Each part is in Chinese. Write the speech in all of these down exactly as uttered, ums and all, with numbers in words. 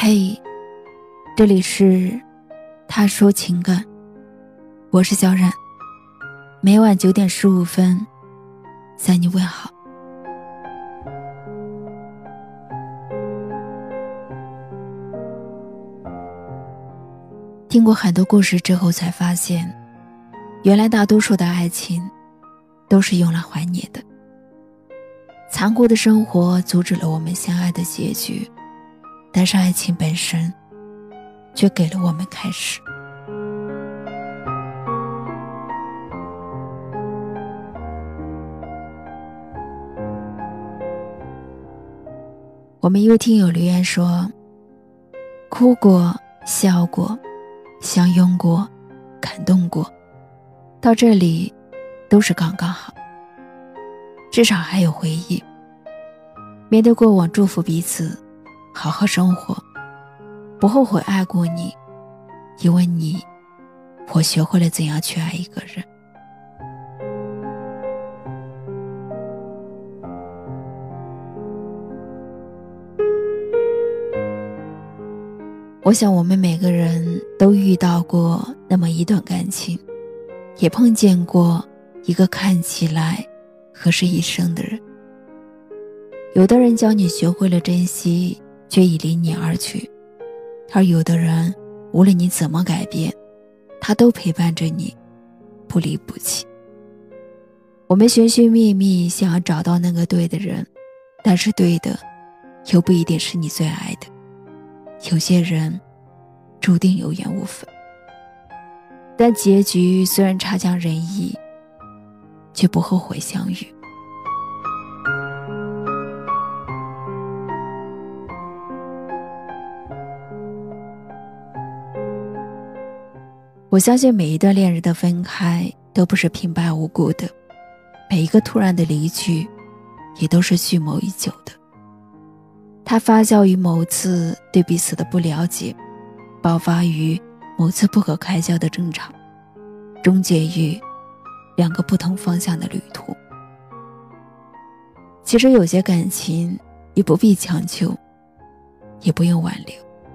嘿，这里是他说情感，我是小冉，每晚九点十五分向你问好。听过很多故事之后才发现，原来大多数的爱情都是用来怀念的。残酷的生活阻止了我们相爱的结局，但是爱情本身却给了我们开始。我们一位听友留言说，哭过，笑过，相拥过，感动过，到这里都是刚刚好，至少还有回忆。面对过往，祝福彼此好好生活，不后悔爱过你，因为你，我学会了怎样去爱一个人。我想我们每个人都遇到过那么一段感情，也碰见过一个看起来合适一生的人。有的人教你学会了珍惜，却已离你而去，而有的人无论你怎么改变，他都陪伴着你，不离不弃。我们寻寻觅觅想要找到那个对的人，但是对的又不一定是你最爱的。有些人注定有缘无分，但结局虽然差强人意，却不后悔相遇。我相信每一段恋人的分开都不是平白无故的，每一个突然的离去也都是蓄谋已久的。它发酵于某次对彼此的不了解，爆发于某次不可开交的争吵，终结于两个不同方向的旅途。其实有些感情也不必强求，也不用挽留。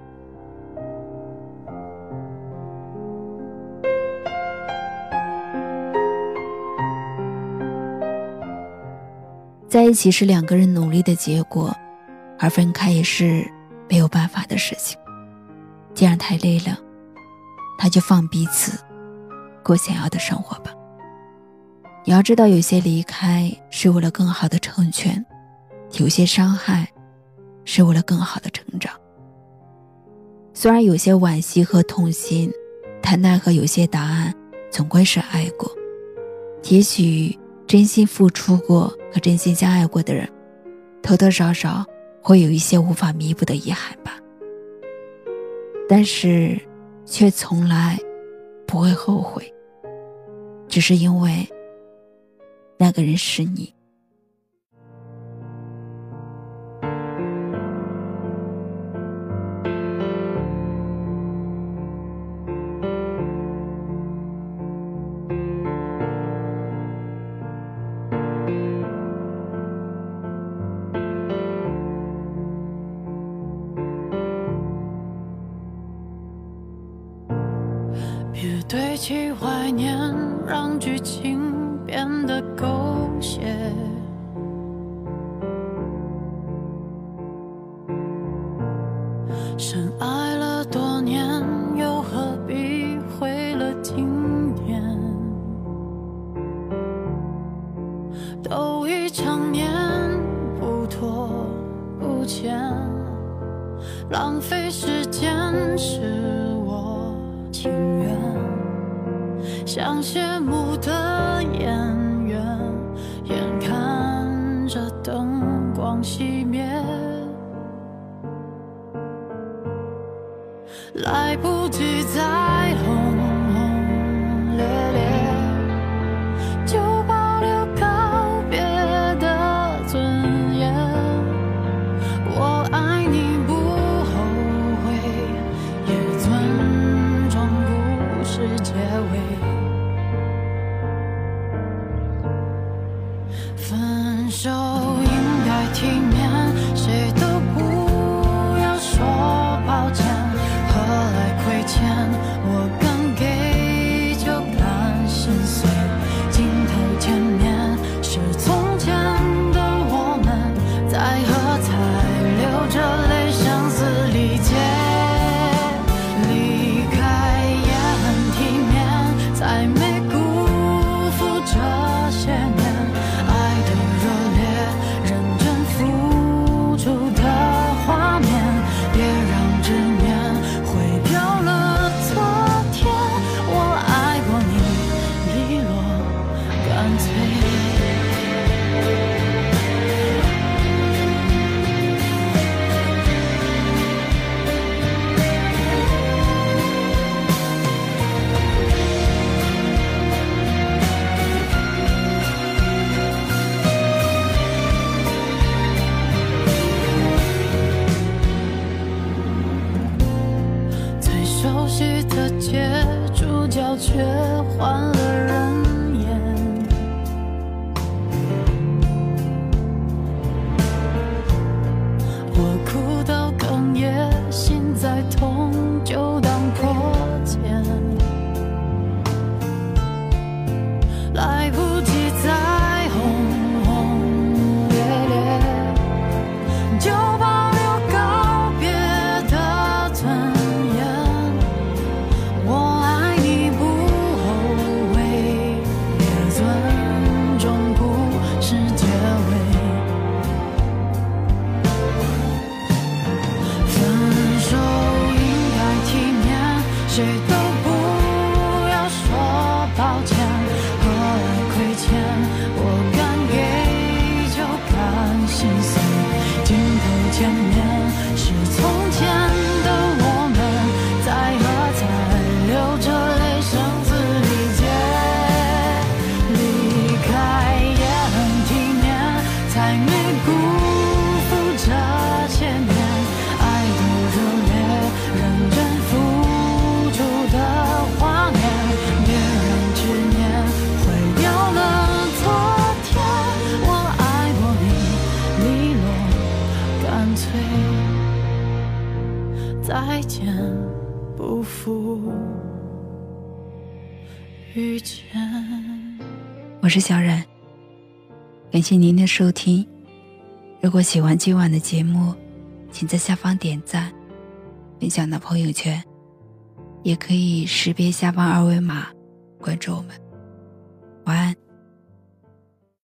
在一起是两个人努力的结果，而分开也是没有办法的事情。既然太累了，那就放彼此过想要的生活吧。你要知道，有些离开是为了更好的成全，有些伤害是为了更好的成长。虽然有些惋惜和痛心，但奈何有些答案总归是爱过。也许真心付出过和真心相爱过的人，多多少少会有一些无法弥补的遗憾吧，但是却从来不会后悔，只是因为那个人是你。 别堆砌怀念，让剧情变得狗血。深爱了多年，又何必毁了经典？都已成年，不拖不欠，浪费时间是我情愿。像谢幕的演员，眼看着灯光熄灭，来不及再轰轰烈烈，就保留告别的尊严。我爱你不后悔，也尊重故事结尾。分手应该体面，谁都不要说抱干脆。熟悉的街，主角却换了人演。我哭到哽咽，心在痛，就当破茧。来不及再轰轰烈烈，就保留告别的尊严。我爱你不后悔，也尊重不是结尾。分手应该体面，谁都不要说抱歉。何来亏欠？我敢给就敢心碎。镜头前面是从前的我们，在何在？流着泪，生死理解，离开也很体面，才没辜负这些年爱的热烈，认真付出的画面。别让执念毁掉了昨天，我爱过你，利落干脆，再见不负遇见。 我是小冉，感谢您的收听。如果喜欢今晚的节目，请在下方点赞，分享到朋友圈，也可以识别下方二维码关注我们。晚安。